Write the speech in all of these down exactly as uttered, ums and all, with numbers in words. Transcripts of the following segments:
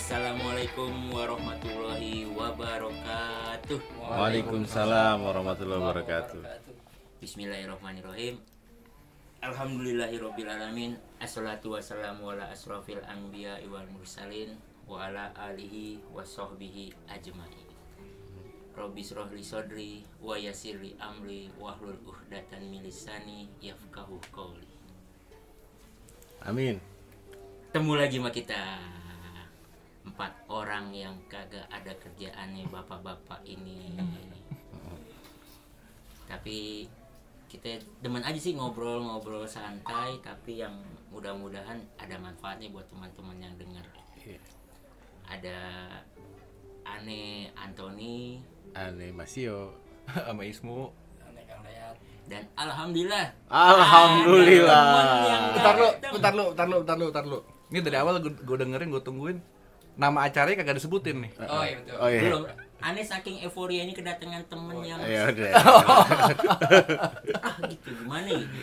Assalamualaikum warahmatullahi wabarakatuh. Waalaikumsalam warahmatullahi wabarakatuh. Bismillahirrahmanirrahim. Alhamdulillahirabbil alamin. Assalatu wassalamu ala asrofil anbiya wal mursalin wa ala alihi washabbihi ajmain. Rabbi shrah li sadri wa yassir li amri wahlul uqdatan min lisani yafqahu qawli. Amin. Ketemu lagi sama kita empat orang yang kagak ada kerjaannya bapak-bapak ini. Tapi kita demen aja sih ngobrol-ngobrol santai, tapi yang mudah-mudahan ada manfaatnya buat teman-teman yang dengar. Ada Ane Antoni, Ane Masio, sama Ismu, dan alhamdulillah. Alhamdulillah. Bentar lu, bentar lu, bentar lu, bentar lu, bentar lu. Ini dari awal gue dengerin, gue tungguin. Nama acaranya kagak disebutin nih. Oh iya betul. Oh, iya. Belum. Aneh saking euforianya kedatangan temen yang Ya udah. ah gitu gimana gitu.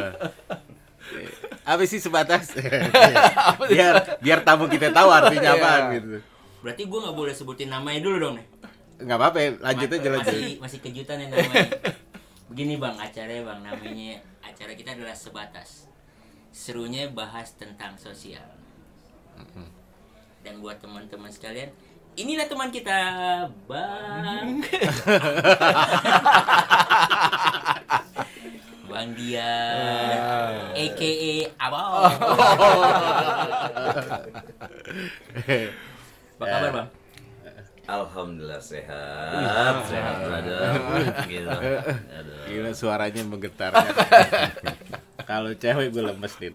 Apa sih sebatas? biar biar tamu kita tahu artinya apa gitu. Berarti gue nggak boleh sebutin namanya dulu dong nih. Nggak apa-apa, lanjut aja lanjut. Masih masih kejutan ya namanya. Begini bang, acaranya bang, namanya acara kita adalah Sebatas. Serunya bahas tentang sosial. Dan buat teman-teman sekalian, inilah teman kita, Bang. Bang Dian, A K A Abang. Apa kabar, Bang? Alhamdulillah sehat, sehat brother. Gitu. Aduh. Gila suaranya menggetar. Kalau cewek gue lemes nih.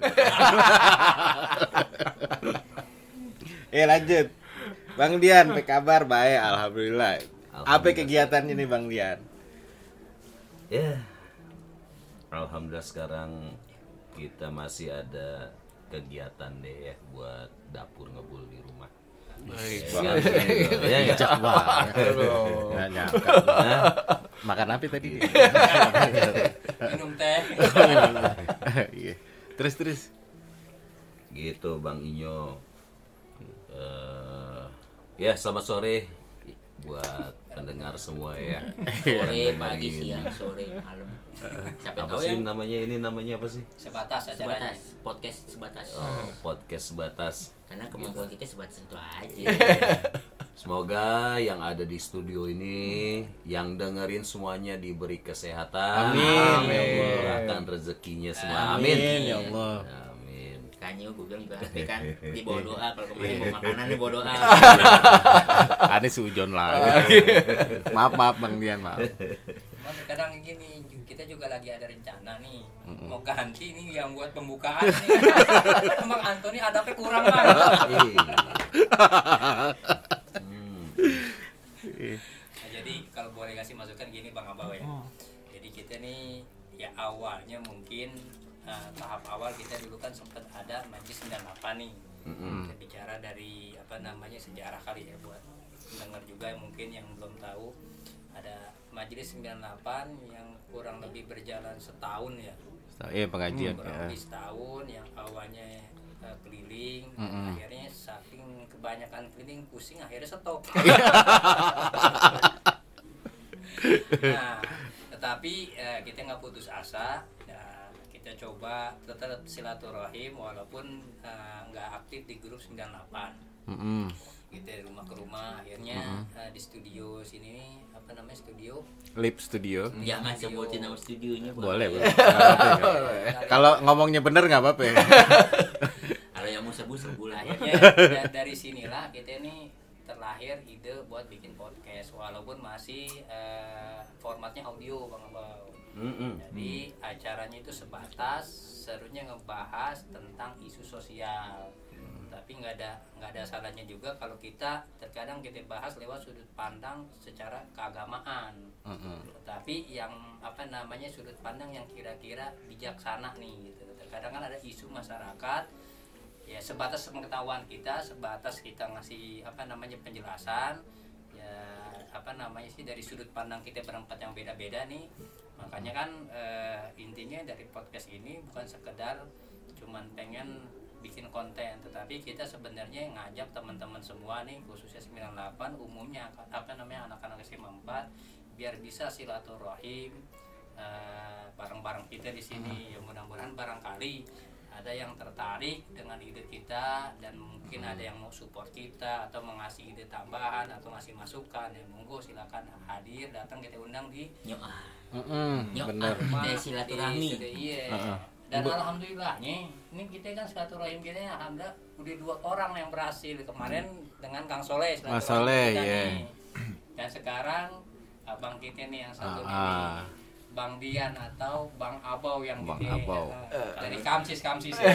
Eh lanjut. Bang Dian, apa kabar? Baik, alhamdulillah. Apa kegiatannya nih Bang Dian? Ya. Alhamdulillah sekarang kita masih ada kegiatan deh ya buat dapur ngebul di rumah. Baik, Ya, ya, ya. Bijak banget. Nggak nyangka. Makan apa tadi? Minum teh. Iya. Terus terus. Gitu Bang Inyo. Uh, ya selamat sore buat pendengar semua ya. Sore, pagi, siang, sore, malam. Siapa Apa tahu sih yang namanya ini namanya apa sih? Sebatas acaranya. Podcast Sebatas. Oh, podcast sebatas. Karena kemampuan kita sebatas itu aja. Semoga yang ada di studio ini, yang dengerin semuanya diberi kesehatan. Amin. Dimurahkan rezekinya semua. Amin. Amin, ya Allah. Amin. Kayaknya gue bilang juga nanti kan di bawah doa, kalau kemarin mau makanan di bawah doa. Ada sujon lagi. Maaf maaf Bang Dian, maaf. Mas kadang gini, kita juga lagi ada rencana nih, mm-mm. mau ganti nih yang buat pembukaan nih. Emang Antoni adabnya kurang kan? Hmm. Nah, jadi kalau boleh kasih masukan gini Bang Abaw ya. Jadi kita nih ya awalnya mungkin uh, tahap awal kita dulu kan sempat ada Majlis sembilan puluh delapan nih. Mm-mm. Kita bicara dari apa namanya sejarah kali ya buat mendengar juga mungkin yang belum tahu. Ada Majelis sembilan puluh delapan yang kurang lebih berjalan setahun ya. Iya pengajian Kurang ya. lebih setahun yang awalnya uh, keliling, Mm-mm. akhirnya saking kebanyakan keliling pusing akhirnya stop. Nah, tetapi uh, kita nggak putus asa. Dan kita coba tetap silaturahim walaupun uh, nggak aktif di grup sembilan puluh delapan. Mm-mm. Gitu dari rumah ke rumah akhirnya uh, di studio sini apa namanya studio Lip Studio. Jangan sebutin nama studionya, Bang. Boleh, boleh. Nggak apa-apa, ya. Kalau ngomongnya bener nggak apa-apa. Ya. Kalau yang mau sebut sebut lah. akhirnya da- dari sinilah kita ini terlahir ide buat bikin podcast walaupun masih uh, formatnya audio Bang Abaw. Mm-mm. Jadi acaranya itu sebatas serunya ngebahas tentang isu sosial. Tapi nggak ada nggak ada salahnya juga kalau kita terkadang kita bahas lewat sudut pandang secara keagamaan. Mm-mm. Tapi yang apa namanya sudut pandang yang kira-kira bijaksana nih gitu. Terkadang kan ada isu masyarakat ya sebatas pengetahuan kita, sebatas kita ngasih apa namanya penjelasan ya apa namanya sih dari sudut pandang kita berempat yang beda-beda nih. Makanya kan eh, intinya dari podcast ini bukan sekedar cuman pengen bikin konten, tetapi kita sebenarnya ngajak teman-teman semua nih khususnya sembilan puluh delapan umumnya apa namanya anak-anak S M A empat biar bisa silaturahim uh, bareng-bareng kita di sini. Ya mudah-mudahan barangkali ada yang tertarik dengan ide kita dan mungkin ada yang mau support kita atau mengasih ide tambahan atau ngasih masukan, ya monggo silakan hadir datang kita undang di Nyoah. Mm-mm, Nyoah bener. kita silaturahmi. Iya. Uh-uh. Dan alhamdulillahnya ini kita kan silaturahim kita alhamdulillah udah dua orang yang berhasil kemarin dengan Kang Soleh silaturahim Mas Soleh, kita iya. nih. Dan sekarang abang kita nih yang satu Ah, ini ah. Bang Dian atau Bang Abau yang Bang kita, Abau. eh, dari Kamsis Kamsis ya.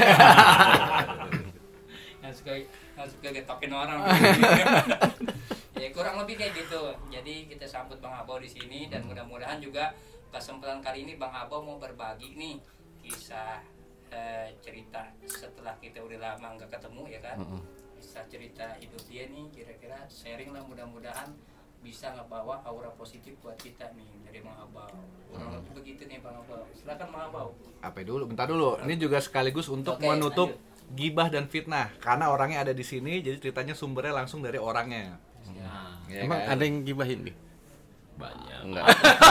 yang suka yang suka getokin orang. Ya kurang lebih kayak gitu. Jadi kita sambut Bang Abau di sini dan mudah-mudahan juga kesempatan kali ini Bang Abau mau berbagi nih kisah eh, cerita setelah kita udah lama nggak ketemu ya kan. Kisah cerita hidup dia nih kira-kira sharing lah, mudah-mudahan bisa ngebawa aura positif buat kita nih dari Bang Abau. Kurang lebih begitu nih Bang Abau. Silakan Bang Abau. Apa dulu? Bentar dulu. Ini juga sekaligus untuk Oke, menutup lanjut. gibah dan fitnah karena orangnya ada di sini, jadi ceritanya sumbernya langsung dari orangnya. Nah, Ya Emang kan? ada yang gibahin nih? Banyak. Enggak.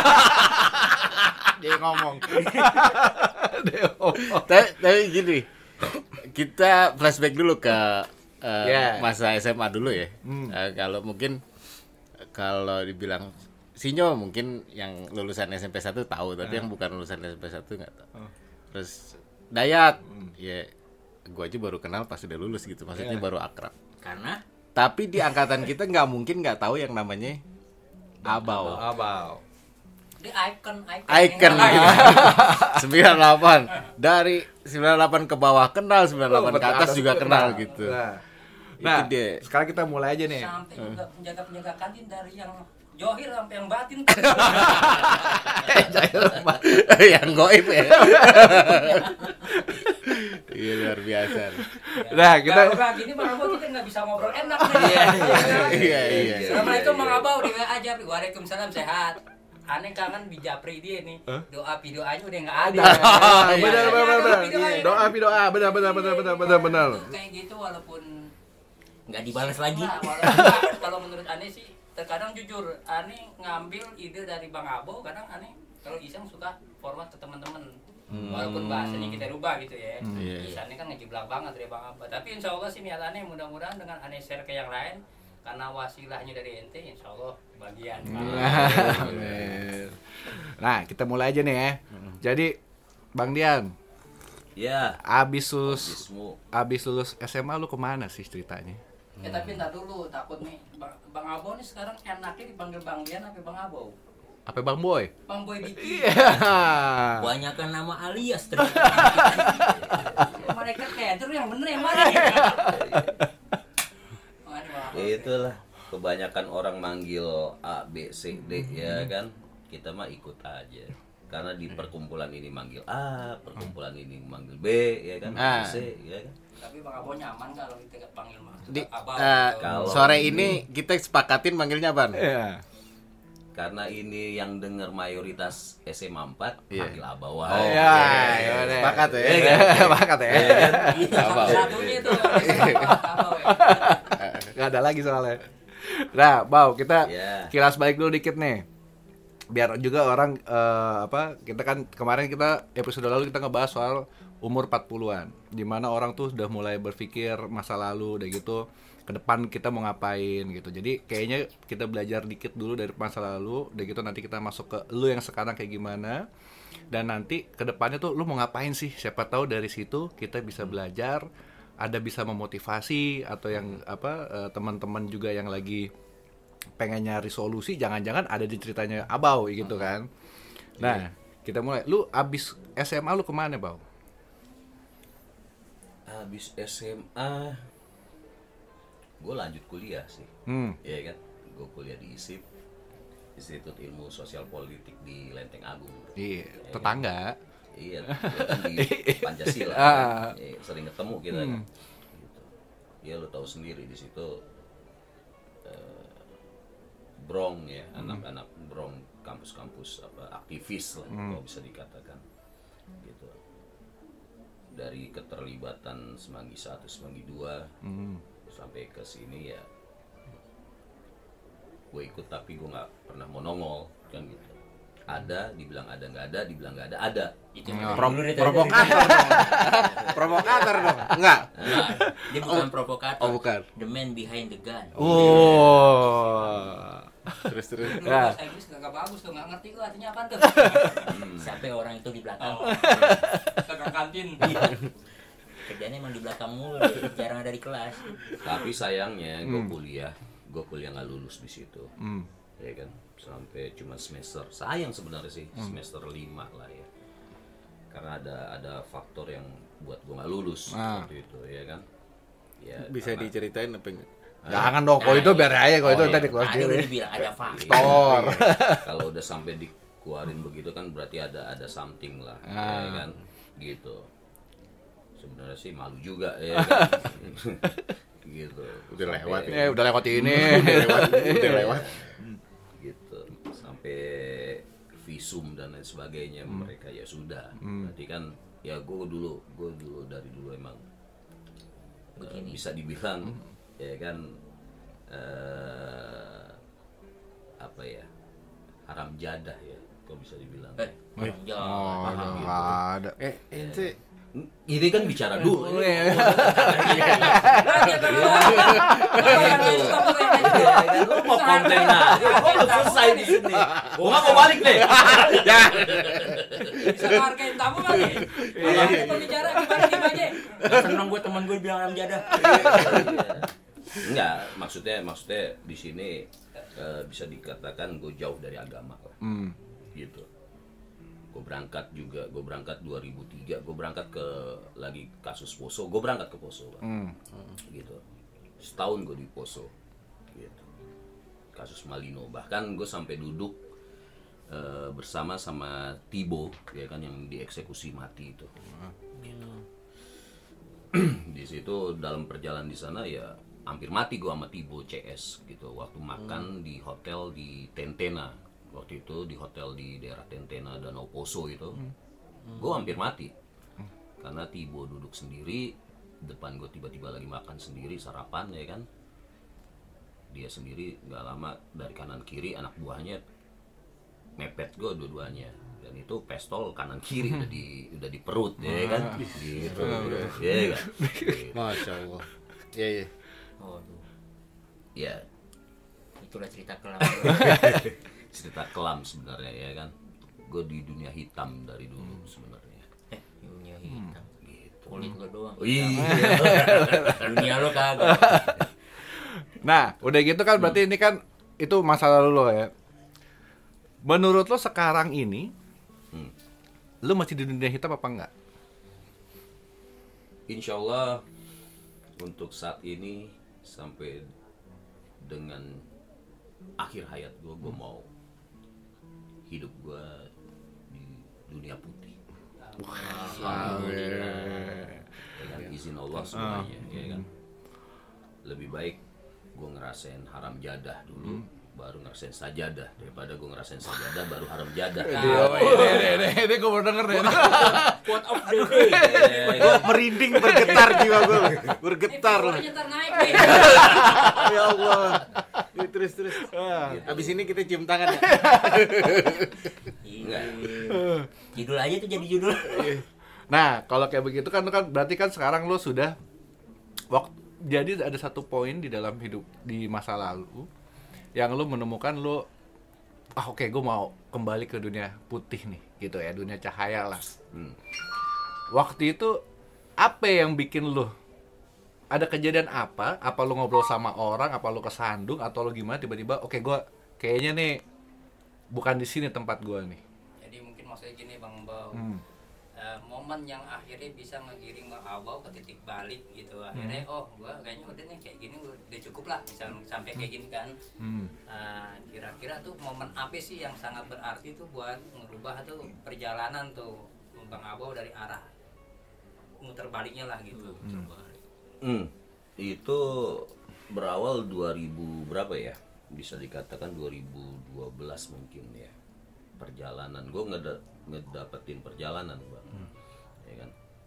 Dia ngomong. Dia ngomong. tapi, tapi gini, kita flashback dulu ke uh, Yeah. masa S M A dulu ya. Hmm. Uh, kalau mungkin kalau dibilang Sinyo mungkin yang lulusan S M P satu tahu, tapi yang bukan lulusan S M P satu nggak tahu. Oh. Terus Dayat, ya gua aja baru kenal pas udah lulus gitu, maksudnya Yeah. baru akrab. karena Tapi di angkatan kita nggak mungkin nggak tahu yang namanya Abau. Abau. Dia icon icon. Icon gitu. sembilan puluh delapan dari sembilan puluh delapan ke bawah kenal, sembilan puluh delapan ke atas juga kenal gitu. Nah, Itu nah dia. sekarang kita mulai aja nih. Sampai juga penjaga-penjaga kantin dari yang Johir sampai yang batin. Yang goib ya. Iya luar biasa. Nah, kita Kalau kayak gini Bang Abau kita nggak bisa ngobrol enak nih. Iya, iya, iya. Assalamualaikum Bang Abau, di W A aja. Waalaikumsalam, sehat. Aneh kangen di Japri dia nih. Doa videonya udah nggak ada. Ah, Iya, benar iya, benar iya. benar. Videonya. Doa doa benar benar benar benar benar benar. Kayak gitu walaupun nggak dibalas lagi. Nah, walaupun kalau menurut Aneh sih terkadang jujur Aneh ngambil ide dari Bang Abau, kadang Aneh kalau iseng suka format ke teman-teman. Walaupun bahasanya kita rubah gitu ya. Iya, Terus Aneh kan ngejiblak banget dari Bang Abau. Tapi insya Allah sih niat Aneh mudah-mudahan dengan Aneh share ke yang lain karena wasilahnya dari ente insya Allah bagian. Nah, kita mulai aja nih ya. Jadi Bang Dian, Ya. abis lulus Bismu. abis lulus S M A lu kemana sih ceritanya? Ya tapi entar dulu takut nih Bang, Bang Abau nih sekarang enaknya dipanggil Bang Dian apa Bang Abau? Apa Bang Boy? Bang Boy Diki. Iya. Banyakan nama alias ternyata. Mereka kader yang bener yang mana? Ya itulah kebanyakan orang manggil A, B, C, D ya kan. Kita mah ikut aja. Karena di perkumpulan ini manggil A, perkumpulan ini manggil B ya kan, Ah. C ya kan. Tapi Bang Abau nyaman kalau kita panggil Mas Di, Abau. eh, Kalau sore ini- ini kita sepakatin manggilnya Ban. Iya. Karena ini yang dengar mayoritas S M A empat Iya. panggil Abau. Oh, aja. Iya, oke. iya, iya. Sepakat ya. Sepakat ya. Satu-satunya itu Abau ya. Gak ada lagi soalnya. Nah, Bau, kita Ya. kilas balik dulu dikit nih. Biar juga orang eh, apa, kita kan kemarin kita episode lalu kita ngebahas soal umur empat puluhan. Dimana orang tuh udah mulai berpikir masa lalu udah gitu, ke depan kita mau ngapain gitu. Jadi kayaknya kita belajar dikit dulu dari masa lalu, udah gitu nanti kita masuk ke lu yang sekarang kayak gimana. Dan nanti ke depannya tuh lu mau ngapain sih? Siapa tahu dari situ kita bisa belajar, ada bisa memotivasi atau yang apa eh, teman-teman juga yang lagi pengen nyari solusi, jangan-jangan ada di ceritanya Abau gitu kan. Nah, kita mulai. Lu abis S M A lu kemana, Bau? Habis S M A gue lanjut kuliah sih. Hmm. Iya kan? Gue kuliah di I S I P, Institut Ilmu Sosial Politik di Lenteng Agung. Iya, tetangga. Iya, gua kan di Pancasila. Ah. Kan? Iya, sering ketemu kita kan. Gitu. Ya lu tahu sendiri di situ eh, Brong ya, anak-anak Brong kampus-kampus apa aktivis lah kalau bisa dikatakan. Gitu. dari keterlibatan Semanggi satu, Semanggi dua Hmm. sampai ke sini ya gue ikut tapi gue nggak pernah mau nongol kan gitu. Ada, dibilang ada nggak ada, dibilang nggak ada, ada. Itu Nah, yang Pro- dulu deh, provokator dong. Provokator dong. Enggak. Nah, dia bukan provokator. Oh, bukan. The man behind the gun. Oh. Terus terus. Lu Ya. bahasa Inggris kagak bagus tuh, nggak ngerti gua artinya apa tuh. Sampai orang itu di belakang. Oh. Kagak kantin. Kerjanya emang di belakang mulu, jarang ada di kelas. Tapi sayangnya gue kuliah, gue kuliah nggak lulus di situ, Hmm. ya kan, sampai cuma semester. Sayang sebenarnya sih semester lima lah ya, karena ada ada faktor yang buat gue nggak lulus Ah. waktu itu, ya kan. Ya, Bisa karena- diceritain apa enggak? Jangan dong, kalau itu biar aja, kalau Oh, itu iya. tadi keluar Tadi udah sendiri. dibilang ada faktor. Tor. Kalau udah sampai dikeluarin begitu kan berarti ada ada something lah, Ah. ya kan, gitu. Sebenarnya sih malu juga ya kan? Gitu. Udah Sampai- lewat Eh, udah lewat ini. Udah lewat, udah lewat. Gitu sampai visum dan lain sebagainya mereka ya sudah. Berarti kan ya gue dulu gue dulu dari dulu emang eh, bisa dibilang ya kan eh, apa ya, haram jadah ya, kok bisa dibilang. Eh, orang Oh, Jawa. nggak ada. Eh, ente Ini kan bicara dulu. iya. Lu mau komplain aja, gua udah selesai di sini. Gua nggak mau balik deh. Bisa ngargain tamu lagi. Kalau ada pembicara gimana gimana? Seneng gue teman gue bilang alam jadah. Enggak, maksudnya maksudnya di sini eh, bisa dikatakan gue jauh dari agama lah. Hmm. Gitu. Gue berangkat juga, gue berangkat dua ribu tiga, gue berangkat ke lagi kasus Poso, gue berangkat ke Poso, Pak. Hmm. Gitu. Setahun gue di Poso, gitu. Kasus Malino, bahkan gue sampai duduk eh, bersama sama Tibo, ya kan, yang dieksekusi mati itu. Gitu. Di situ dalam perjalanan di sana ya hampir mati gue sama Tibo C S gitu. Waktu makan di hotel di Tentena. Waktu itu di hotel di daerah Tentena Danau Poso itu, gue hampir mati karena Tibo duduk sendiri depan gue, tiba-tiba lagi makan sendiri sarapan ya kan, dia sendiri nggak lama dari kanan kiri anak buahnya mepet gue dua-duanya, dan itu pistol kanan kiri udah di udah di perut ya kan, gitu ya kan. Masya Allah. Iya, iya. Waduh, Ya itulah cerita kelam. cerita kelam sebenarnya ya kan, gue di dunia hitam dari dulu sebenarnya. Eh, dunia hitam. Gitu. Kulit lo doang. Oh, iya. Dunia lo kagak. Nah, udah gitu kan berarti ini kan itu masa lalu lo ya. Menurut lo sekarang ini, Hmm. lo masih di dunia hitam apa enggak? Insya Allah untuk saat ini sampai dengan akhir hayat gue, gue mau hidup gue di dunia putih. Dengan izin Allah semuanya, ya kan. Lebih baik gue ngerasain haram jadah dulu, baru ngerasain sajadah, daripada gue ngerasain sajadah baru haram jadah. Ini ini gue baru denger deh. Quote of the day. Gue merinding, bergetar jiwa gue. Bergetar lah. Ini ntar naik nih. Ya Allah. Ini terus terus. Abis ini kita cium tangan ya. Iya. Judul aja tuh jadi judul. Nah, kalau kayak begitu kan kan berarti kan sekarang lo sudah waktu, jadi ada satu poin di dalam hidup di masa lalu yang lo menemukan lo ah oke gue mau kembali ke dunia putih nih gitu ya, dunia cahaya lah. Hmm. Waktu itu apa yang bikin lo, ada kejadian apa? Apa lo ngobrol sama orang, apa lo kesandung atau lo gimana tiba-tiba oke gue kayaknya nih bukan di sini tempat gue nih. Jadi mungkin maksudnya gini Bang Bau. Hmm. Eh, momen yang akhirnya bisa ngegiring Bang Abau ke titik balik gitu. Akhirnya oh gua kayaknya udah nih kayak gini udah cukup lah misalnya sampai kayak gini kan. Hmm. Nah, kira-kira tuh momen apa sih yang sangat berarti tuh buat merubah tuh perjalanan tuh Bang Abau dari arah muter baliknya lah gitu. Hmm. Itu berawal dua ribu berapa ya? Bisa dikatakan dua ribu dua belas mungkin ya. Perjalanan gue ngeda- ngedapetin perjalanan, Bang. Ya kan?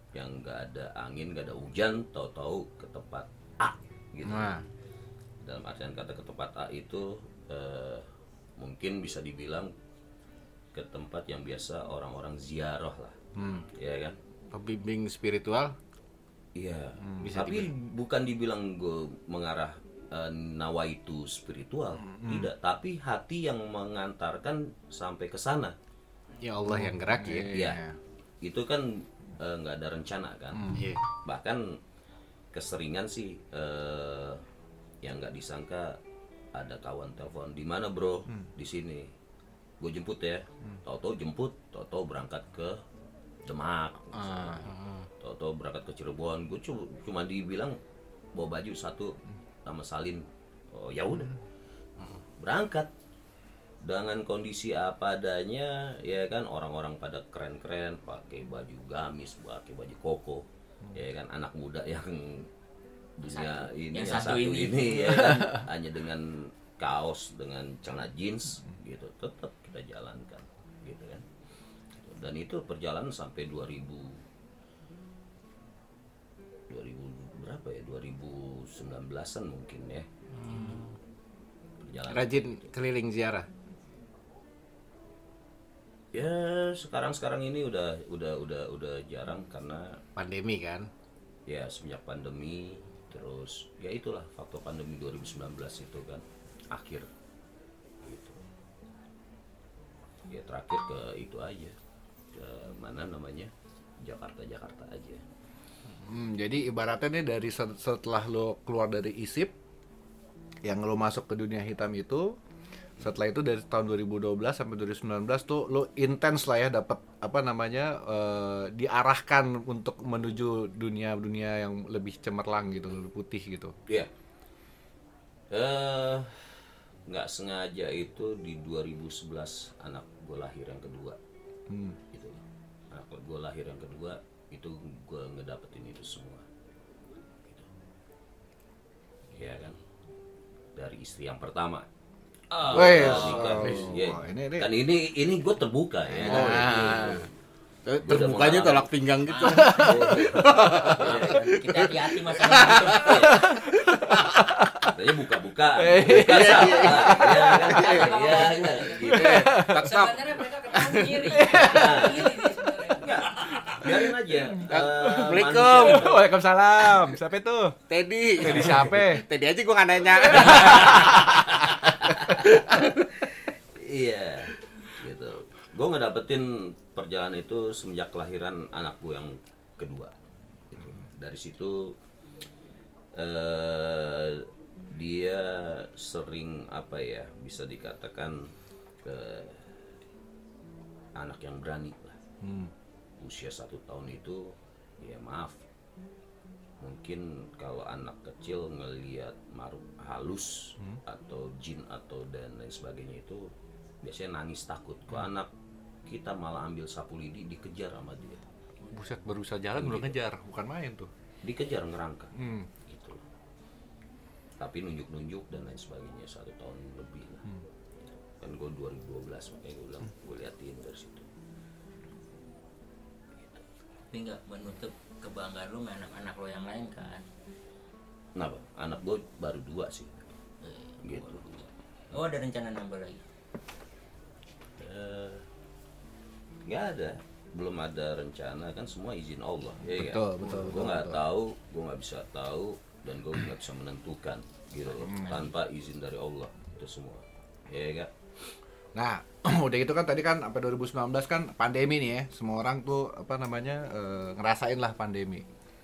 yang nggak ada angin, nggak ada hujan, tahu-tahu ke tempat A gitu. Nah. Dalam artian kata ke tempat A itu eh, mungkin bisa dibilang ke tempat yang biasa orang-orang ziarah lah, Hmm. ya kan? Pembimbing spiritual. Iya. bisa Tapi bukan dibilang gue mengarah eh, nawaitu spiritual, tidak. Tapi hati yang mengantarkan sampai ke sana. Ya Allah yang gerak ya. Iya. Itu kan eh, nggak ada rencana kan. Iya. Bahkan keseringan sih eh, yang nggak disangka ada kawan telepon, di mana bro? Di sini. Gue jemput ya. Tahu-tahu jemput, tahu-tahu berangkat ke Demak. misalnya. Tahu-tahu berangkat ke Cirebon. Gue cuma, cuma dibilang bawa baju satu sama salin. Oh ya udah. Berangkat dengan kondisi apa adanya, ya kan, orang-orang pada keren-keren, pakai baju gamis, pakai baju koko, ya kan, anak muda yang dunia Satu. ini Yang yang satu satu ini. ini, ya kan, hanya dengan kaos, dengan celana jeans gitu, tetap kita jalankan gitu kan. Dan itu perjalanan sampai dua ribu dua ribu berapa ya, dua ribu sembilan belasan mungkin ya. Perjalanan Rajin keliling ziarah. ya sekarang-sekarang ini udah udah udah udah jarang karena Pandemi kan. ya semenjak pandemi, terus ya itulah faktor pandemi dua ribu sembilan belas itu kan akhir gitu. Ya terakhir ke itu aja, ke mana namanya, Jakarta Jakarta aja. Hmm, jadi ibaratnya nih dari set- setelah lo keluar dari ISIP yang lo masuk ke dunia hitam itu, setelah itu dari tahun dua ribu dua belas sampai dua ribu sembilan belas tuh lo intens lah ya dapat apa namanya eh, diarahkan untuk menuju dunia-dunia yang lebih cemerlang gitu, lebih putih gitu. Iya. Eh nggak sengaja itu di dua ribu sebelas anak gue lahir yang kedua. Hmm. Gitu. Anak gue lahir yang kedua itu gue ngedapetin itu semua. Gitu. Iya kan. Dari istri yang pertama. Oh, Wes, nikah. oh, Ya. ini- ini- Kan ini ini gue terbuka ya. Nah. Eh, Terbukanya tolak pinggang gitu. Kita hati-hati masalah itu. Katanya buka-buka. Buka salah. Iya kan? Iya kan? Gitu. Sebenarnya mereka ketemu ngiri. Ngiri nih sebenarnya. Biarin aja. Eh, Assalamualaikum. manusia- Waalaikumsalam. Siapa itu? Teddy. Teddy siapa? Teddy aja gue nggak nanya. Iya, gitu. Gue ngedapetin perjalanan itu semenjak kelahiran anak gue yang kedua. Gitu. Dari situ eh, dia sering apa ya, bisa dikatakan ke anak yang berani lah. Hmm. Usia satu tahun itu, ya maaf, mungkin kalau anak kecil ngelihat makhluk halus atau jin atau dan lain sebagainya itu biasanya nangis takut. Kok anak kita malah ambil sapu lidi dikejar sama dia, Buset, baru bisa jalan udah ngejar, bukan main tuh. dikejar ngerangka Hmm. gitu. Tapi nunjuk-nunjuk dan lain sebagainya satu tahun lebih lah. Kan gue dua ribu dua belas makanya gue bilang gue liatin dari situ. Tapi nggak menutup kebanggaan lu sama anak-anak lo yang lain kan. Kenapa? Anak gue baru dua sih. Eh, Gitu. Oh ada rencana nambah lagi. Eh, nggak ada, belum ada rencana, kan semua izin Allah ya. Betul, kan? betul, Gue betul, nggak betul. tahu, gue nggak bisa tahu, dan gue nggak bisa menentukan gitu loh, Hmm. tanpa izin dari Allah itu semua ya kan. Nah, udah gitu kan tadi kan sampai dua ribu sembilan belas kan pandemi nih ya. Semua orang tuh apa namanya eh, ngerasain lah pandemi.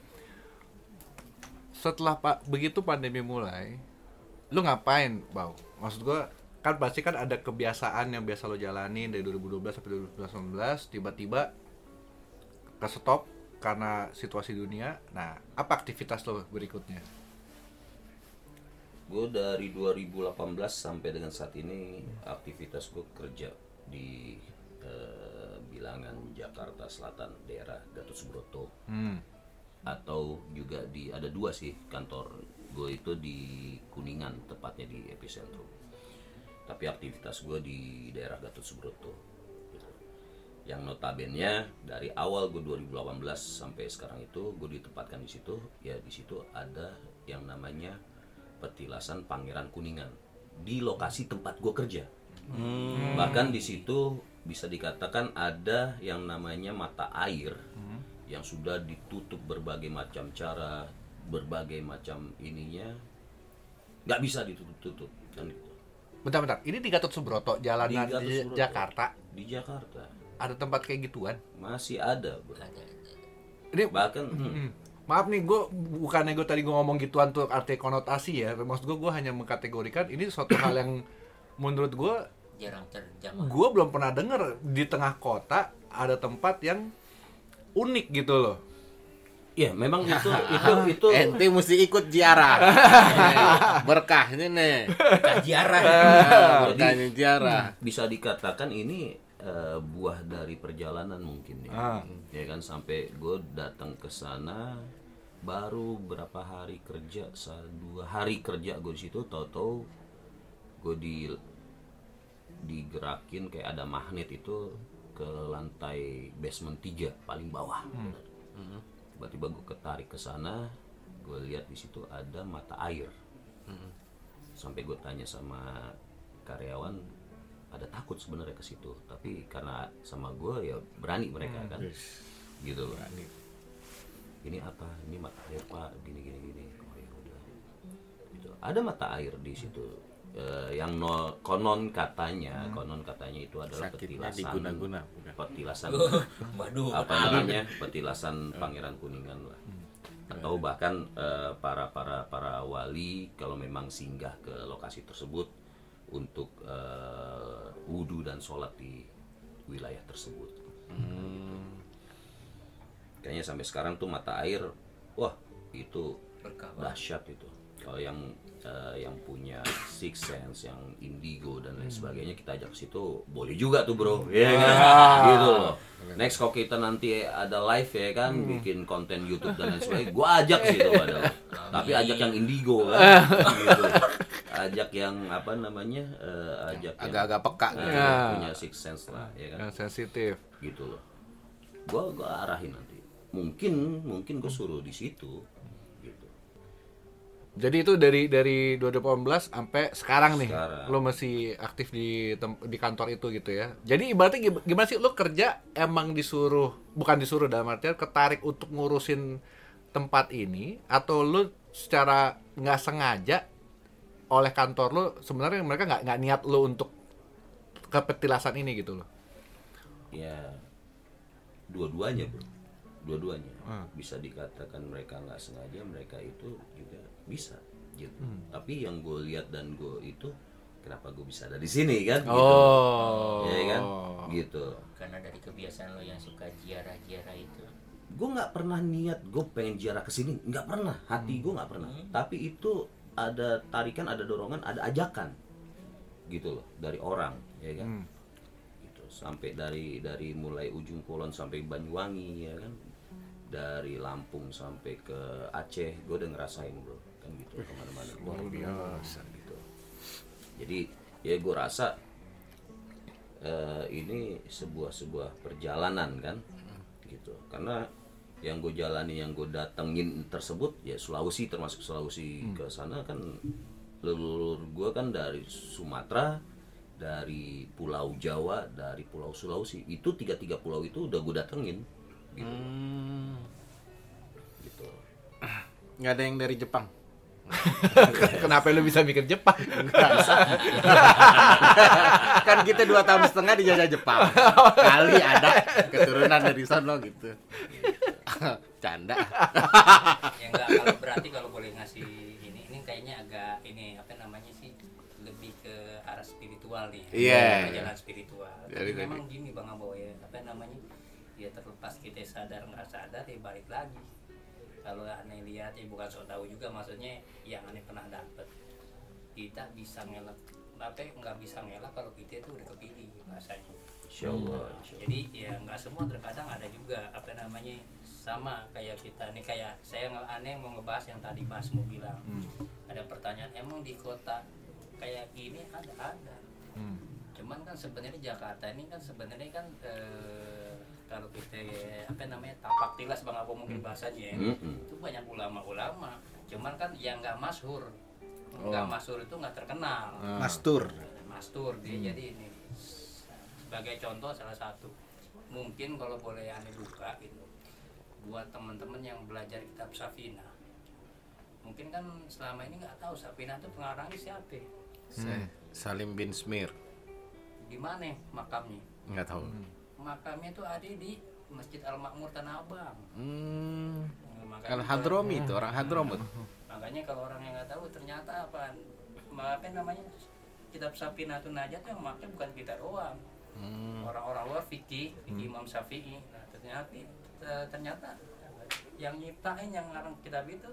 Setelah pak begitu pandemi mulai, lu ngapain, Bau? Maksud gua kan pasti kan ada kebiasaan yang biasa lo jalanin dari dua ribu dua belas sampai dua ribu sembilan belas, tiba-tiba ke stop karena situasi dunia. Nah, apa aktivitas lo berikutnya? Gue dari dua ribu delapan belas sampai dengan saat ini aktivitas gue kerja di eh, bilangan Jakarta Selatan, daerah Gatot Subroto. Hmm. Atau juga di, ada dua sih kantor gue itu di Kuningan, tepatnya di Epicentrum. Tapi aktivitas gue di daerah Gatot Subroto gitu. Yang notabene dari awal gue dua ribu delapan belas sampai sekarang itu gue ditempatkan di situ, ya di situ ada yang namanya petilasan Pangeran Kuningan di lokasi tempat gue kerja. Hmm. Bahkan di situ bisa dikatakan ada yang namanya mata air hmm. yang sudah ditutup berbagai macam cara, berbagai macam ininya, nggak bisa ditutup-tutup kan gitu. Bentar-bentar, ini di Gatot Subroto, jalanan di, Gatot Subroto, di Jakarta. Di Jakarta. Ada tempat kayak gituan? Masih ada, bro. Ini bahkan hmm. Hmm. Maaf nih, gue bukannya gue tadi gue ngomong gituan tuh arti konotasi ya. Maksud gue, gue hanya mengkategorikan ini suatu hal yang menurut gue jarang terjamah. Gue belum pernah denger di tengah kota ada tempat yang unik gitu loh. Ya memang itu itu itu ente mesti ikut ziarah. Berkah ini nih. Berkah ziarah. Berkahnya ziarah. Bisa dikatakan ini uh, buah dari perjalanan mungkin ya. Ah. Ya kan sampai gue datang ke sana baru berapa hari kerja, dua hari kerja gue di situ, tahu-tahu gue di digerakin kayak ada magnet itu ke lantai basement tiga paling bawah. Hmm. Hmm. Tiba-tiba gue ketarik ke sana, gue lihat di situ ada mata air. Hmm. Sampai gue tanya sama karyawan, ada takut sebenarnya ke situ, tapi karena sama gue ya berani mereka kan, gitu loh. Ini apa? Ini mata air pak, gini gini gini. Oh ya udah. Gitu. Ada mata air di situ. Uh, yang no, konon katanya, hmm. konon katanya itu adalah sakitnya petilasan, diguna-guna, petilasan, waduh, apa namanya, petilasan Pangeran Kuningan lah, hmm. atau bahkan uh, para para para wali kalau memang singgah ke lokasi tersebut untuk uh, wudhu dan sholat di wilayah tersebut. Hmm. Kayaknya sampai sekarang tuh mata air, wah itu dahsyat itu. Kalau yang uh, yang punya six sense, yang indigo dan lain sebagainya kita ajak ke situ boleh juga tuh bro, ya kan? Gitu loh. Next kalau kita nanti ada live ya kan, hmm. bikin konten YouTube dan lain sebagainya, gua ajak sih itu padahal. Tapi ajak yang indigo kan, gitu. Ajak yang apa namanya, uh, ajak agak-agak peka, uh, ya. punya six sense lah, ya kan? Yang sensitif. Gitu loh. Gua gua arahin nanti. Mungkin mungkin gua suruh di situ. Jadi itu dari dari dua ribu delapan belas sampai sekarang nih, sekarang. Lo masih aktif di tem- di kantor itu gitu ya. Jadi ibaratnya gimana sih lo kerja emang disuruh, bukan disuruh dalam artian ketarik untuk ngurusin tempat ini, atau lo secara nggak sengaja oleh kantor lo sebenarnya mereka nggak nggak niat lo untuk ke petilasan ini gitu lo? Ya dua-duanya bro, dua-duanya hmm. bisa dikatakan mereka nggak sengaja, mereka itu juga bisa gitu. Hmm. Tapi yang gue lihat dan gue itu kenapa gue bisa ada di sini kan? Gitu. Oh, ya kan? Gitu. Karena dari kebiasaan lo yang suka ziarah-ziarah itu. Gue nggak pernah niat gue pengen ziarah ke sini, nggak pernah. Hati gue nggak pernah. Hmm. Tapi itu ada tarikan, ada dorongan, ada ajakan, gitu loh dari orang, ya kan? Hmm. Gitu. Sampai dari dari mulai ujung kulon sampai Banyuwangi, ya kan? Dari Lampung sampai ke Aceh, gue udah ngerasain bro, kan gitu kemana-mana. Luar biasa gitu. Jadi ya gue rasa uh, ini sebuah sebuah perjalanan kan, gitu. Karena yang gue jalani, yang gue datengin tersebut ya Sulawesi, termasuk Sulawesi hmm. ke sana kan leluhur gue kan dari Sumatera, dari Pulau Jawa, dari Pulau Sulawesi. Itu tiga-tiga pulau itu udah gue datengin. Gitu. Hmm. Gitu. Nggak ada yang dari Jepang. Kenapa lu bisa mikir Jepang? Kan kita dua tahun setengah dijajah Jepang. Kali ada keturunan dari sono gitu. Canda. Ya enggak, kalau berarti kalau boleh ngasih ini, ini kayaknya agak ini apa namanya sih, lebih ke arah spiritual nih. Iya. Yeah. Jalan spiritual. Jadi memang gini Bang Abo ya, apa namanya? Ya terlepas kita sadar nggak sadar ya balik lagi. Kalau aneh lihat ya bukan sok tahu juga, maksudnya yang aneh pernah dapet, kita bisa ngelak apa nggak bisa ngelak kalau kita itu udah kepilih bahasanya. Insyaallah. Jadi ya nggak semua, terkadang ada juga apa namanya sama kayak kita nih, kayak saya aneh mau ngebahas yang tadi Mas mau bilang hmm. ada pertanyaan, emang di kota kayak gini ada ada. Hmm. Cuman kan sebenarnya Jakarta ini kan sebenarnya kan eh, kalau kita apa namanya tapak tilas bang apa mungkin bahasanya ya, Mm-mm. itu banyak ulama-ulama. Cuman kan yang nggak masyhur, nggak masyhur itu nggak terkenal. Mastur. Mastur dia jadi ini sebagai contoh salah satu. Mungkin kalau boleh aneh buka itu buat teman-teman yang belajar kitab Safinah. Mungkin kan selama ini nggak tahu Safinah itu pengarangnya siapa. Hmm. Salim bin Smir. Di mana makamnya? Nggak tahu. Makamnya itu ada di Masjid Al-Makmur Tanah Abang. Hmm. Makanya Kalau kalau- Hadromi itu orang Hadromut. Makanya kalau orang yang nggak tahu ternyata apa apa namanya kitab Safinatun Najat yang makai bukan kita doang. Hmm. Orang-orang luar fikih, fikih Imam Syafi'i. Nah, ternyata ternyata yang nyiptain yang ngarang kitab itu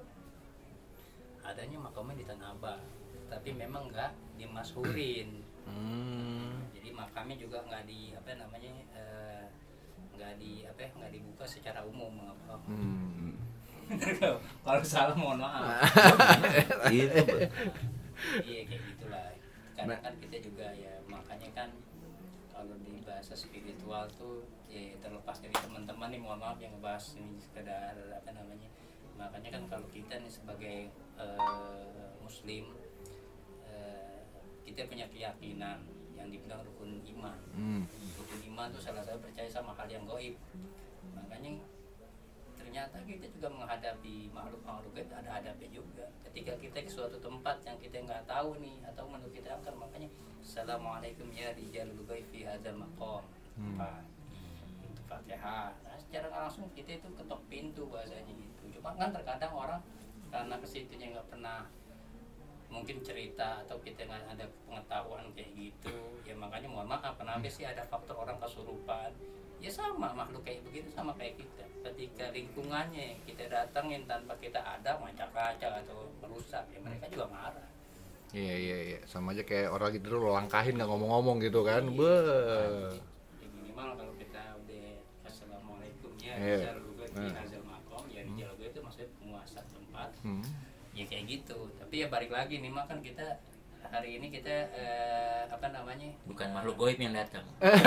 adanya makamnya di Tanah Abang. Tapi memang nggak dimashurin. Hmm. Jadi makamnya juga nggak di apa namanya eh, nggak di apa ya, nggak dibuka secara umum. Apa. Hmm. Kalau salah mohon maaf. Itu betul. Iya kayak gitulah. Karena kan kita juga ya makanya kan kalau di bahasa spiritual tuh ya terlepas dari teman-teman nih mohon maaf yang ngebahas ini sekedar apa namanya. Makanya kan kalau kita nih sebagai eh, muslim eh, kita punya keyakinan yang dibilang rukun iman. Hmm. Rukun iman tuh salah satu percaya sama hal yang gaib. Makanya ternyata kita juga menghadapi makhluk-makhluk gaib ada hadapnya juga. Ketika kita ke suatu tempat yang kita nggak tahu nih atau menurut kita angker, makanya assalamualaikum ya rijalul ghaib fi hadzal maqam. Pak. Itu Fatihah. Nah, secara langsung kita itu ketok pintu bahasanya gitu. Cuma kan terkadang orang karena kesitunya nggak pernah mungkin cerita atau kita nggak ada pengetahuan kayak gitu ya makanya mohon maaf kenapa sih ada faktor orang kesurupan ya sama makhluk kayak begitu sama kayak kita ketika lingkungannya kita datangin tanpa kita ada macak-macak atau merusak ya mereka juga marah. Iya iya iya, sama aja kayak orang gitu lo langkahin nggak ngomong-ngomong gitu kan. Be. Ya, minimal kalau kita udah assalamualaikum ya Iya. rijal juga di hazal makom ya rijal juga itu maksudnya penguasa tempat. Hmm. Ya kayak gitu. Tapi ya balik lagi nih mah kan kita hari ini kita eh, apa namanya? Bukan makhluk goib yang datang.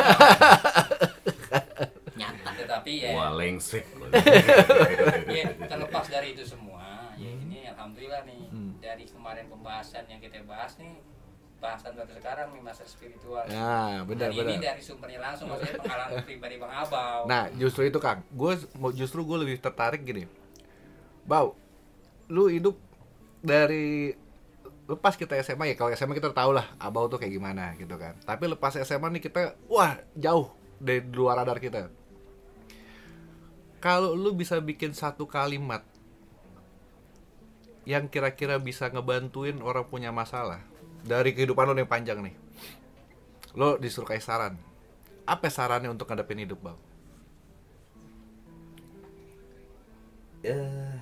Nyata. Tetapi ya Wah, lengsek. ya terlepas dari itu semua ya ini alhamdulillah nih dari kemarin pembahasan yang kita bahas nih bahasan sampai sekarang nih masa spiritual. Nah, benar Hari ini benar. dari sumbernya langsung maksudnya pengalaman pribadi Bang Abau. Nah, justru itu Kang. Gue mau justru gue lebih tertarik gini. Bau, lu hidup dari lepas kita S M A ya, kalau S M A kita tahu lah Abau tuh kayak gimana gitu kan. Tapi lepas S M A nih kita wah jauh dari luar radar kita. Kalau lu bisa bikin satu kalimat yang kira-kira bisa ngebantuin orang punya masalah dari kehidupan lu yang panjang nih, lo disuruh kasih saran. Apa sarannya untuk ngadepin hidup, Bang? Ya,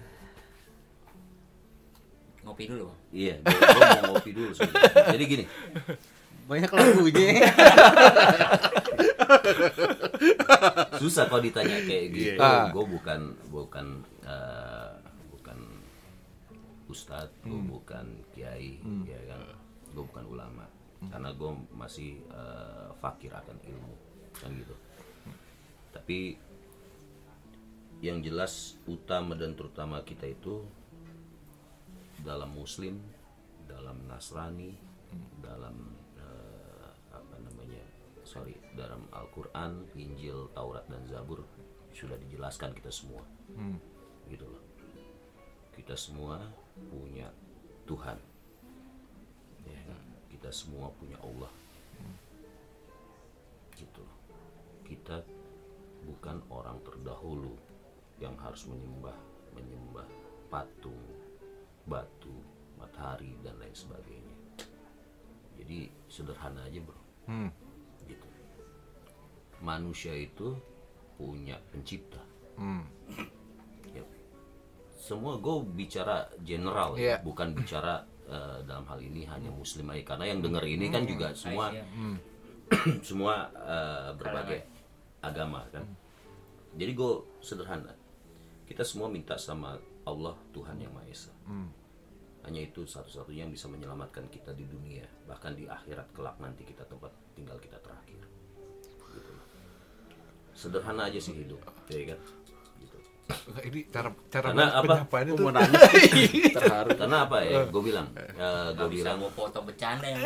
Ngopi dulu, Bang. iya, gue mau ngopi dulu sebenarnya. Jadi gini, Banyak lagunya. susah kalau ditanya kayak gitu. Ah. Gue bukan bukan eh, bukan ustadz, gue bukan kiai, ya kan. Gue bukan ulama, karena gue masih eh, fakir akan ilmu, kan gitu. Tapi yang jelas utama dan terutama kita itu dalam Muslim, dalam Nasrani, dalam eh, apa namanya, sorry, dalam Al-Quran, Injil, Taurat dan Zabur sudah dijelaskan kita semua, Hmm. gitu loh. Kita semua punya Tuhan, ya kan? Kita semua punya Allah, gitu. Kita bukan orang terdahulu yang harus menyembah menyembah patung, batu, matahari dan lain sebagainya. Jadi sederhana aja bro, Hmm. gitu. Manusia itu punya pencipta. Hmm. Ya. Semua gue bicara general, Iya. ya, bukan bicara eh, dalam hal ini hanya Muslim aja. Karena yang denger ini kan juga semua semua eh, berbagai agama kan. Jadi gue sederhana. Kita semua minta sama Allah Tuhan yang Maha Esa. Hmm. hanya itu satu-satunya yang bisa menyelamatkan kita di dunia, bahkan di akhirat kelak nanti kita tempat tinggal kita terakhir. Gitu. Sederhana aja sih hidup, ya kan? Gitu. Ini cara cara Karena apa? penyampaiannya tuh Terharu. Karena apa ya? Gue bilang, uh, gue Gak bisa bilang mau foto bercanda yang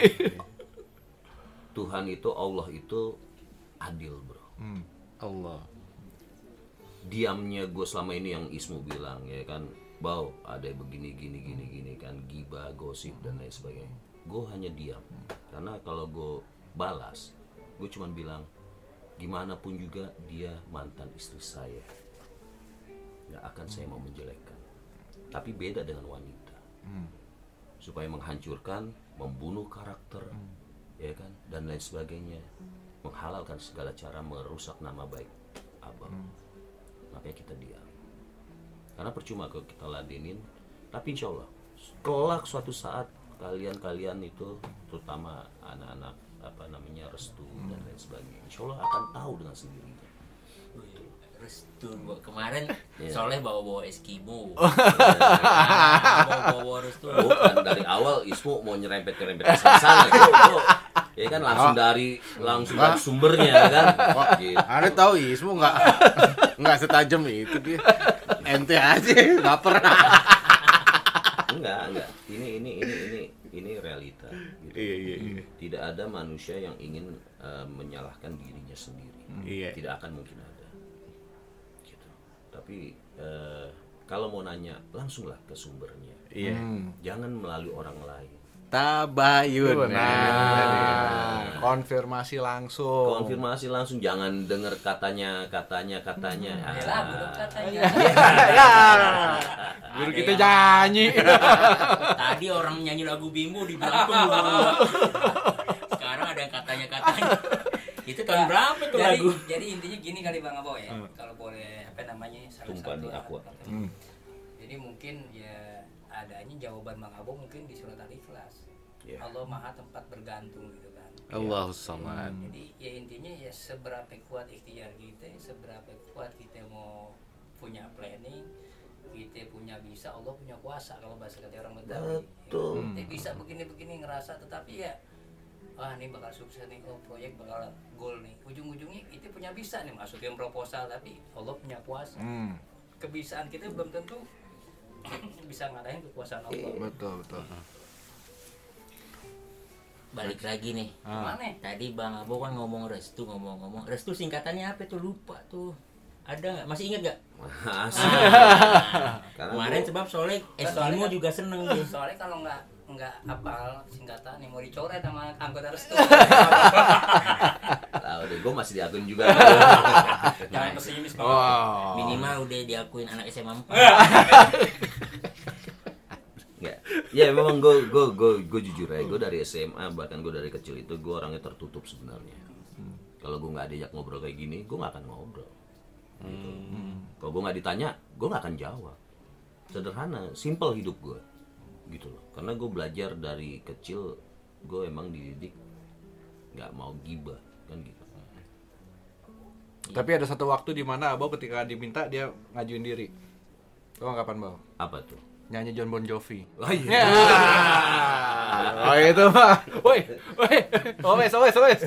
Tuhan itu, Allah itu adil, bro. Hmm. Allah. Diamnya gue selama ini yang Ismu bilang ya kan, bau ada begini gini gini gini kan, gibah, gosip dan lain sebagainya. Gue hanya diam karena kalau gue balas, gue cuman bilang gimana pun juga dia mantan istri saya, nggak akan saya mau menjelekkan. Tapi beda dengan wanita, supaya menghancurkan, membunuh karakter, ya kan, dan lain sebagainya, menghalalkan segala cara merusak nama baik abang. Makanya kita diam. Karena percuma kalau kita ladenin. Tapi insya Allah kelak suatu saat kalian-kalian itu, terutama anak-anak apa namanya restu dan lain sebagainya, insya Allah akan tahu dengan sendirinya. restu gua kemarin Iya. Soleh bawa-bawa Eskimo. Bawa-bawa restu. Bukan dari awal Ismu mau nyerempet-nyerempet ke sana gitu. Ya kan langsung dari langsung dari sumbernya kan. Gitu. Anda tahu Ismu nggak nggak setajam itu dia. Ente aja nggak pernah. Enggak, enggak. Ini ini ini ini ini realita. Gitu. Iya iya iya. Tidak ada manusia yang ingin uh, menyalahkan dirinya sendiri. Iya. Tidak akan mungkin ada. Gitu. Tapi uh, kalau mau nanya langsunglah ke sumbernya. Iya. Jangan melalui orang lain. Tabayun. Nah, konfirmasi langsung. Konfirmasi langsung, jangan dengar katanya katanya katanya. Ya lah, belum katanya. Ya, guru kita nyanyi. Tadi orang nyanyi lagu Bimbo dibilang tunggu. Sekarang ada yang katanya-katanya. Itu tahun berapa tuh jadi, lagu? jadi intinya gini kali Bang Abo ya, kalau boleh apa namanya salah Tumpah satu di aqua. Hmm. Jadi mungkin ya adanya jawaban Bang Abo mungkin di surat Al-Ikhlas. Ya. Allah Maha tempat bergantung gitu kan. Allahus samad. Jadi ya intinya ya seberapa kuat ikhtiar kita, seberapa kuat kita mau punya planning, kita punya bisa, Allah punya kuasa kalau bahasa kata orang Betawi. Betul. Kita bisa begini-begini ngerasa, tetapi ya wah ini bakal sukses nih, oh proyek bakal goal nih. Ujung-ujungnya kita punya bisa nih masukin proposal, tapi Allah punya kuasa. Hmm, Kebisaan kita belum tentu bisa ngalahin kekuasaan Allah. betul betul. Balik lagi nih. Gimana? Tadi Bang Abo kan ngomong restu, ngomong-ngomong. Restu singkatannya apa tuh? Lupa tuh. Ada nggak? Masih ingat nggak? Masih. Karena Kemarin gua- sebab Soleh Soalnya Eskimo kan- juga seneng dia. Soalnya kalau nggak nggak apal singkatan nih mau dicoret sama anggota restu. tahu deh, gue masih diakun juga. Jangan pesimis Bang. Wow. Minimal udah diakuin anak S M A empat. Nggak. Ya memang gue gue gue gue jujur ya, gue dari S M A bahkan gue dari kecil itu gue orangnya tertutup sebenarnya. Kalau gue nggak diajak ngobrol kayak gini, gue nggak akan ngobrol. Gitu. Kalau gue nggak ditanya, gue nggak akan jawab. Sederhana, simple hidup gue, gitu loh. Karena gue belajar dari kecil, gue emang dididik nggak mau gibah, kan gitu. Tapi ada satu waktu di mana Abau ketika diminta dia ngajuin diri. Tahu nggak kapan, Bau? Apa tuh? Nyanyi John Bon Jovi. Oh iya. Oh itu mah. Woi, woi. Owes, owes, owes.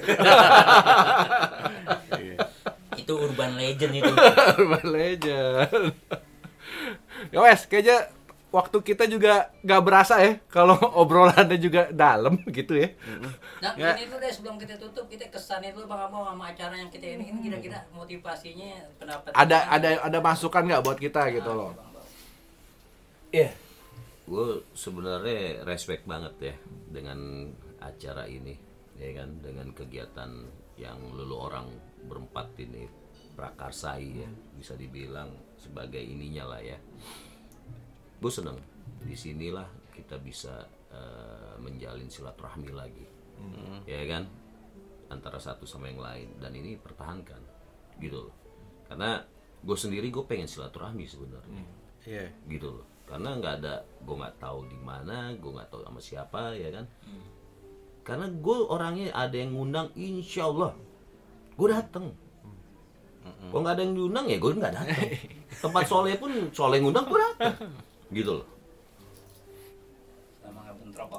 Itu urban legend itu. Urban Legend. Ya wes, kayaknya waktu kita juga nggak berasa ya kalau obrolannya juga dalam gitu ya. Nah, Ya. ini dulu deh sebelum kita tutup, kita kesannya dulu Bang Abo sama acara yang kita ini, ini kira-kira motivasinya pendapat Ada ada ada masukan nggak buat kita gitu loh. Iya. Gue sebenarnya respect banget ya dengan acara ini, ya kan, dengan kegiatan yang lulu orang berempat ini prakarsai ya, bisa dibilang sebagai ininya lah ya. Gue seneng di sinilah kita bisa uh, menjalin silaturahmi lagi, ya kan, antara satu sama yang lain, dan ini pertahankan gitu loh. Karena gue sendiri gue pengen silaturahmi sebenarnya, Iya. gitu loh. Karena nggak ada, gue nggak tahu di mana, gue nggak tahu sama siapa, ya kan. Karena gue orangnya ada yang ngundang, insya Allah gue dateng. Kalau nggak ada yang diundang ya gue nggak dateng. Tempat soleh pun soleh ngundang gue dateng, gitu loh.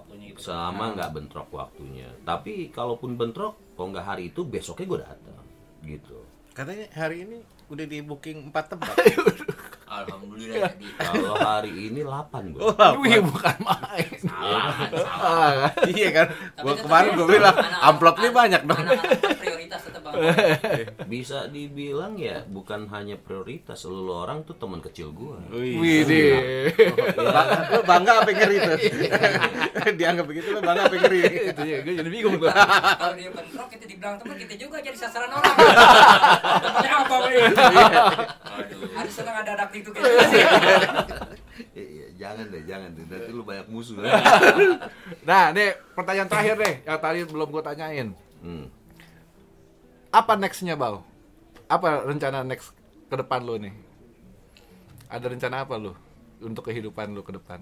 waktunya itu. Selama nggak bentrok waktunya. Tapi kalaupun bentrok, kalau nggak hari itu besoknya gue datang, gitu. Katanya hari ini udah di booking empat tempat. Alhamdulillah tadi. Kalau hari ini delapan gue. Oh, Wih, bukan main. Salah, kan, salah. iya kan? Tapi Gua tetap kemarin ya, gua bilang anak- amplopnya anak- banyak dong. anak-anak prioritas tetap Bang. Bisa dibilang ya bukan hanya prioritas, seluruh orang tuh teman kecil gue. Wih, deh. Lu bangga apa ngeri tuh? Dianggap begitu lu bangga apa ngeri? Itu ya, gue jadi bingung gua. Kalau dia bentrok kita dibilang teman, kita juga jadi sasaran orang. Temennya apa weh? Aduh. Ada senang ada anak itu kayak gitu sih. Iya, jangan deh, jangan deh. Nanti lu banyak musuh. Nah, nih pertanyaan terakhir deh yang tadi belum gue tanyain. Hmm. Apa nextnya, Bau? Apa rencana next ke depan lu nih? Ada rencana apa lu untuk kehidupan lu ke depan?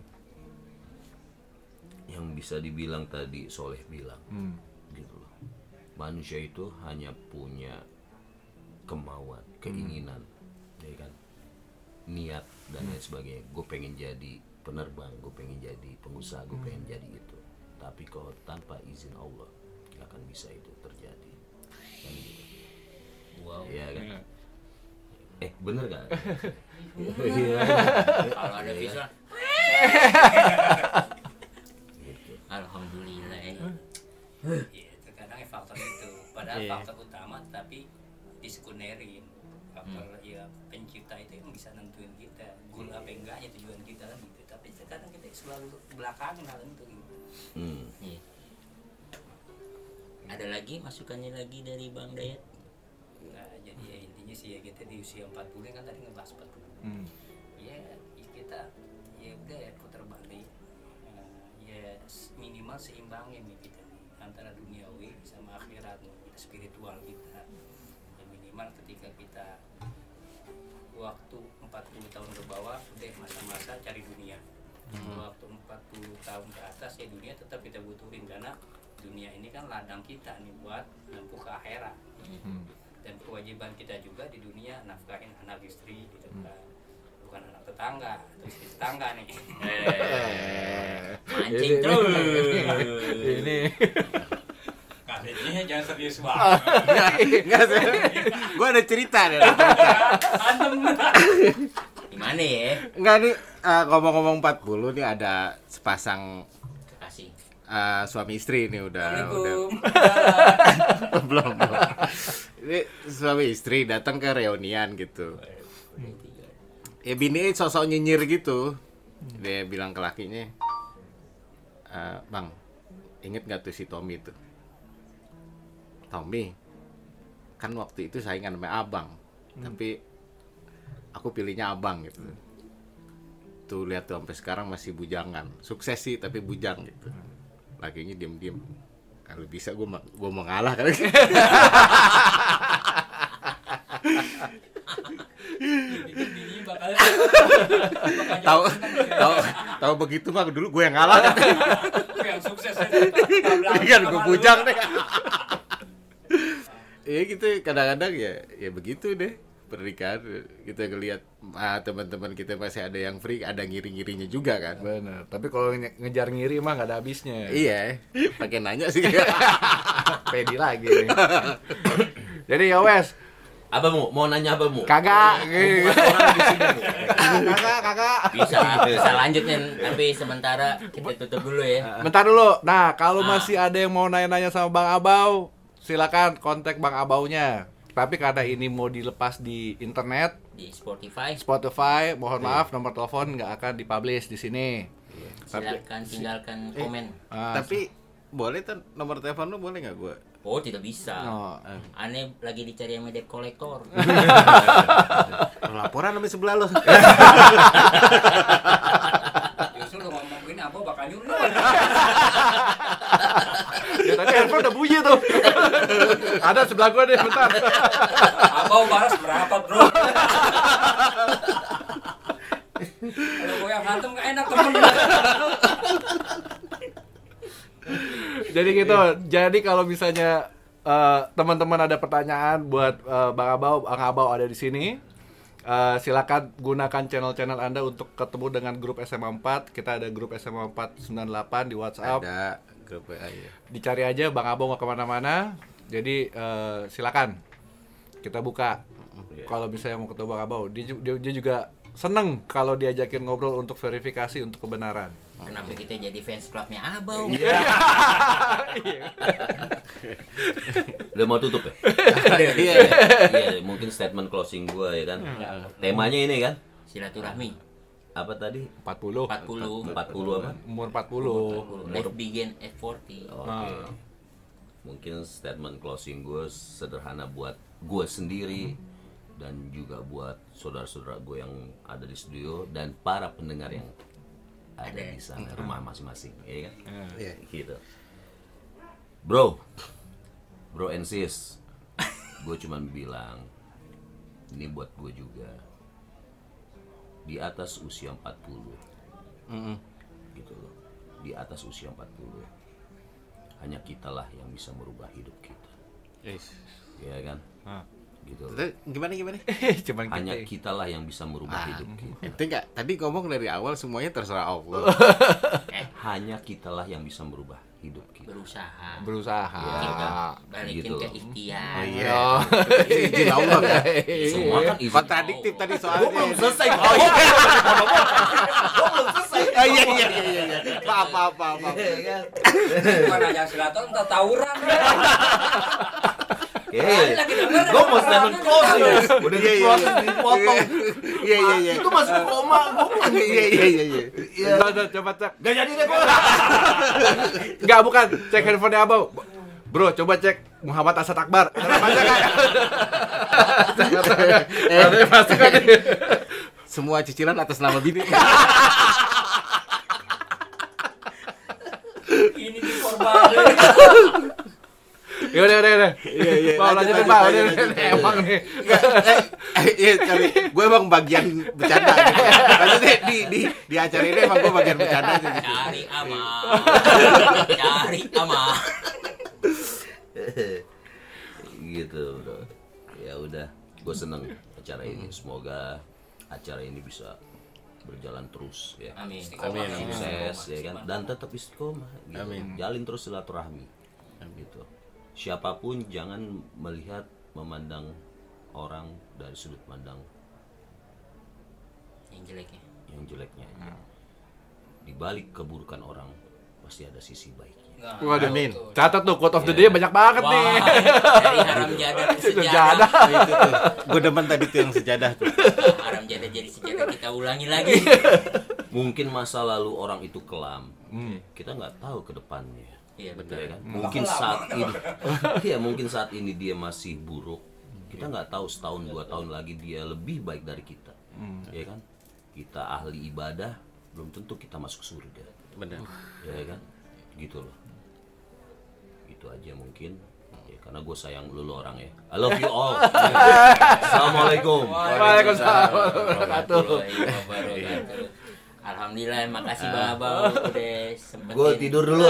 Yang bisa dibilang tadi Soleh bilang, Hmm. gitu loh. Manusia itu hanya punya kemauan, keinginan, ya kan, niat dan lain sebagainya. Gue pengen jadi penerbang, gue pengen jadi pengusaha, gue pengen jadi itu. Tapi kalau tanpa izin Allah, gak akan bisa itu terjadi. Kan gitu. Wow. Iya kan? Iya. Eh, bener gak? Iya. Kalau ada Iya. visual. Gitu. Alhamdulillah. eh. Iya, terkadang ya faktor itu. Padahal Iya. faktor utama tapi disekunerin. Faktor ya pencipta itu yang bisa nentuin kita. Goal apa enggaknya tujuan kita kan gitu. Tapi terkadang kita selalu belakangan hal itu gitu. Hmm. Iya. Ada lagi masukannya lagi dari Bang Dayat? Nah, jadi ya intinya sih ya kita di usia empat puluh kan tadi ngebahas empat puluh. Hmm. Ya, ya kita ya udah ya putar balik. Nah, ya s- minimal seimbangin nih kita nih antara duniawi sama akhirat nih, kita spiritual kita. Ya minimal ketika kita waktu empat puluh tahun ke bawah udah masa-masa cari dunia. Waktu empat puluh tahun ke atas ya dunia tetap kita butuhin karena dunia ini kan ladang kita nih buat nempuh ke akhirat. Hmm. Dan kewajiban kita juga di dunia nafkahin anak istri gitu kan, bukan anak tetangga atau istri tetangga nih. Mancing terus. Ini Kasusnya jangan serius banget. Enggak sih. Gua ada cerita nih. Antem. Gimana ya? Enggak nih eh, ngomong-ngomong empat puluh nih ada sepasang Kasih. eh, suami istri nih udah udah Assalamualaikum. belum belum. Ini suami istri datang ke reunian gitu. Ya bini sosok nyinyir gitu. Dia bilang ke lakinya, "Eh, Bang, inget gak tuh si Tommy itu? Tommy, kan waktu itu saingan sama abang, tapi aku pilihnya abang gitu. Tuh lihat tuh sampai sekarang masih bujangan, sukses sih tapi bujang gitu." Lakinya diem-diem. Kalau bisa gue gue mau ngalah kali. Ini bakal Tahu tahu tahu begitu mah dulu gue yang ngalah. yang sukses Kan gue bujang deh. Ya gitu kadang-kadang ya ya begitu deh pernikahan kita ngelihat ah, teman-teman kita masih ada yang free, ada ngiri-ngirinya juga kan. bener. Tapi kalau nge- ngejar ngiri mah nggak ada habisnya. Iya, pakai nanya sih. Pedi lagi nih. Jadi ya wes, Apa mu? Mau nanya apa mu? kagak. Orang di sini mu. Kakak, kakak. Bisa, bisa lanjut nih. Tapi sementara kita tutup dulu ya. Bentar dulu. Nah, kalau Ah. masih ada yang mau nanya-nanya sama Bang Abau, silakan kontak Bang Abaunya. Tapi karena ini mau dilepas di internet, Di Spotify. Spotify, mohon maaf nomor telepon nggak akan dipublish di sini. Tapi- Silakan tinggalkan komen. Ah, Tapi boleh tuh nomor telepon lu boleh nggak gue? Oh, tidak bisa. no. Aneh lagi dicari yang debt collector. Laporan sama sebelah lo. Justru lu ngomong gini apa bakal nyuruh. Ya, tadi handphone udah bunyi tuh. Ada sebelah gua deh, bentar. Abau balas berapa bro? Kalau gue yang ngantem gak enak temen. Jadi gitu. Jadi kalau misalnya eh, teman-teman ada pertanyaan buat eh, Bang Abau, Bang Abau ada di sini. Uh, silakan gunakan channel-channel Anda untuk ketemu dengan grup S M A empat. Kita ada grup S M A empat sembilan delapan di WhatsApp. Ada grup W A ya. Dicari aja, Bang Abo nggak kemana-mana. Jadi uh, silakan kita buka. Kalau misalnya mau ketemu Bang Abo, dia, dia, dia juga seneng kalau diajakin ngobrol untuk verifikasi untuk kebenaran. Kenapa kita jadi fans clubnya Abang? Udah mau tutup ya? Iya. Iya, mungkin statement closing gua ya kan. Temanya ini kan Silaturahmi apa tadi? empat puluh. empat puluh. empat puluh apa? Umur empat puluh. Life begin at forty. Oke. Mungkin statement closing gue sederhana buat gue sendiri dan juga buat saudara-saudara gue yang ada di studio dan para pendengar yang ada di sana rumah masing-masing, ya kan? Iya. Gitu. Bro, bro and sis, gue cuman bilang ini buat gue juga. Di atas usia empat puluh, Mm-mm. gitu loh. Di atas usia empat puluh, hanya kitalah yang bisa merubah hidup kita, Yes. ya kan? Ah. Gitu loh. Terus gimana gimana? Cuman Hanya kita. kitalah yang bisa merubah Ah, hidup kita. ente nggak tadi ngomong dari awal semuanya terserah Allah. Hanya kitalah yang bisa merubah hidup kita. Berusaha. Berusaha. Kita balikin Gitu. ke ikhtiar. Oh iya. Izin Allah kan. Semua kan izin Kontradiktif Allah. tadi soalnya. Belum selesai. Oh iya. Gua belum selesai. Oh iya iya iya iya. Maaf maaf maaf. maaf. Bukan aja silaturahmi, entah tawuran. Oke. Gua mau statement closing. Udah Iya, iya, diproses, iya. dipotong. Iya iya iya. Itu masih koma. Gua bilang Iya iya iya iya. Iya. Udah, udah, coba cek. Gak jadi deh gua. Enggak, bukan. Cek handphonenya Abang. Bro, coba cek Muhammad Asad Akbar. Ada baca kan? Ada masuk kan? Semua cicilan atas nama bini. Ini dikorbanin. Ya udah, udah, udah. Iya iya. Mau lanjutin, Pak. Udah, udah. Emang nih. Iya, tapi gue emang bagian bercanda. Gitu. Maksudnya di di di acara ini emang gue bagian bercanda aja gitu. Cari aman. Cari aman. Gitu bro. Ya udah, gue seneng acara ini. Semoga acara ini bisa berjalan terus ya. Amin. Amin, amin. Sukses ya kan, dan tetap istiqomah gitu. Amin. Jalin terus silaturahmi gitu. Siapapun jangan melihat memandang orang dari sudut pandang Yang jeleknya. yang jeleknya aja. Di balik keburukan orang pasti ada sisi baiknya. Nah, Waduh, Amin. catat tuh quote of the day banyak banget Wah, nih. dari haram jadah ke Sejadah. sejadah. Oh, itu tuh. Gue demen tadi tuh yang sejadah tuh. Haram jadah jadi sejadah, kita ulangi lagi. Mungkin masa lalu orang itu kelam, kita nggak tahu ke depannya. Iya Ya betul. kan? Mungkin saat ini, ya mungkin saat ini dia masih buruk. Kita nggak tahu setahun dua tahun lagi dia lebih baik dari kita, ya kan? Kita ahli ibadah, belum tentu kita masuk surga, Benar. ya kan? Gitu loh. Gitu aja mungkin. Ya, karena gue sayang lu lo orang ya. I love you all. Assalamualaikum. Waalaikumsalam warahmatullahi Warahmatullahi wabarakatuh. Alhamdulillah, makasih Bang Abang udah sempetin. Gue tidur dulu.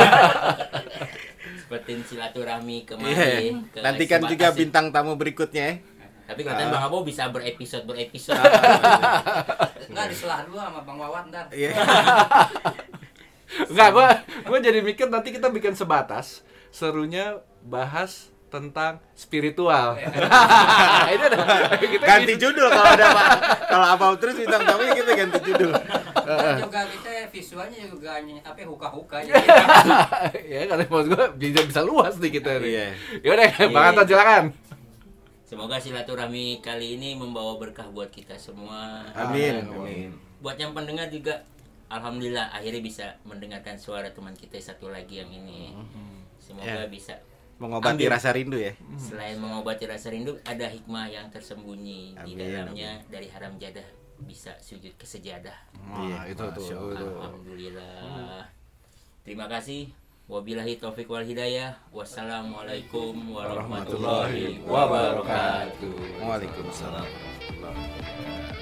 Sempetin silaturahmi Iya. kemarin. ke Nantikan sebatas juga ya. bintang tamu berikutnya ya. Tapi katanya Bang Abang bisa berepisode berepisode. Enggak diselah dulu sama Bang Wawan ntar. Iya. Enggak, gua gua jadi mikir nanti kita bikin sebatas serunya bahas tentang spiritual. Ini ada kita Ganti judul kalau ada Pak. Kalau apa terus bintang tamunya kita ganti judul. Dan juga kita visualnya juga ny- apa huka-huka jadi ya karena maksud gua bisa bisa luas nih kita nih. Iya. Yaudah, Bang Anton silakan. Semoga silaturahmi kali ini membawa berkah buat kita semua. Amin. Amin. Buat yang pendengar juga, alhamdulillah akhirnya bisa mendengarkan suara teman kita satu lagi yang ini. Semoga Ya. bisa Mengobati Ambil. rasa rindu ya. selain mengobati rasa rindu, ada hikmah yang tersembunyi di Amin, dalamnya. Dari haram jadah bisa sujud ke sejadah. Wah, itu tuh. Masya itu. Alhamdulillah. Terima kasih. Wabillahi taufik wal hidayah. Wassalamualaikum warahmatullahi wabarakatuh. Waalaikumsalam warahmatullahi wabarakatuh.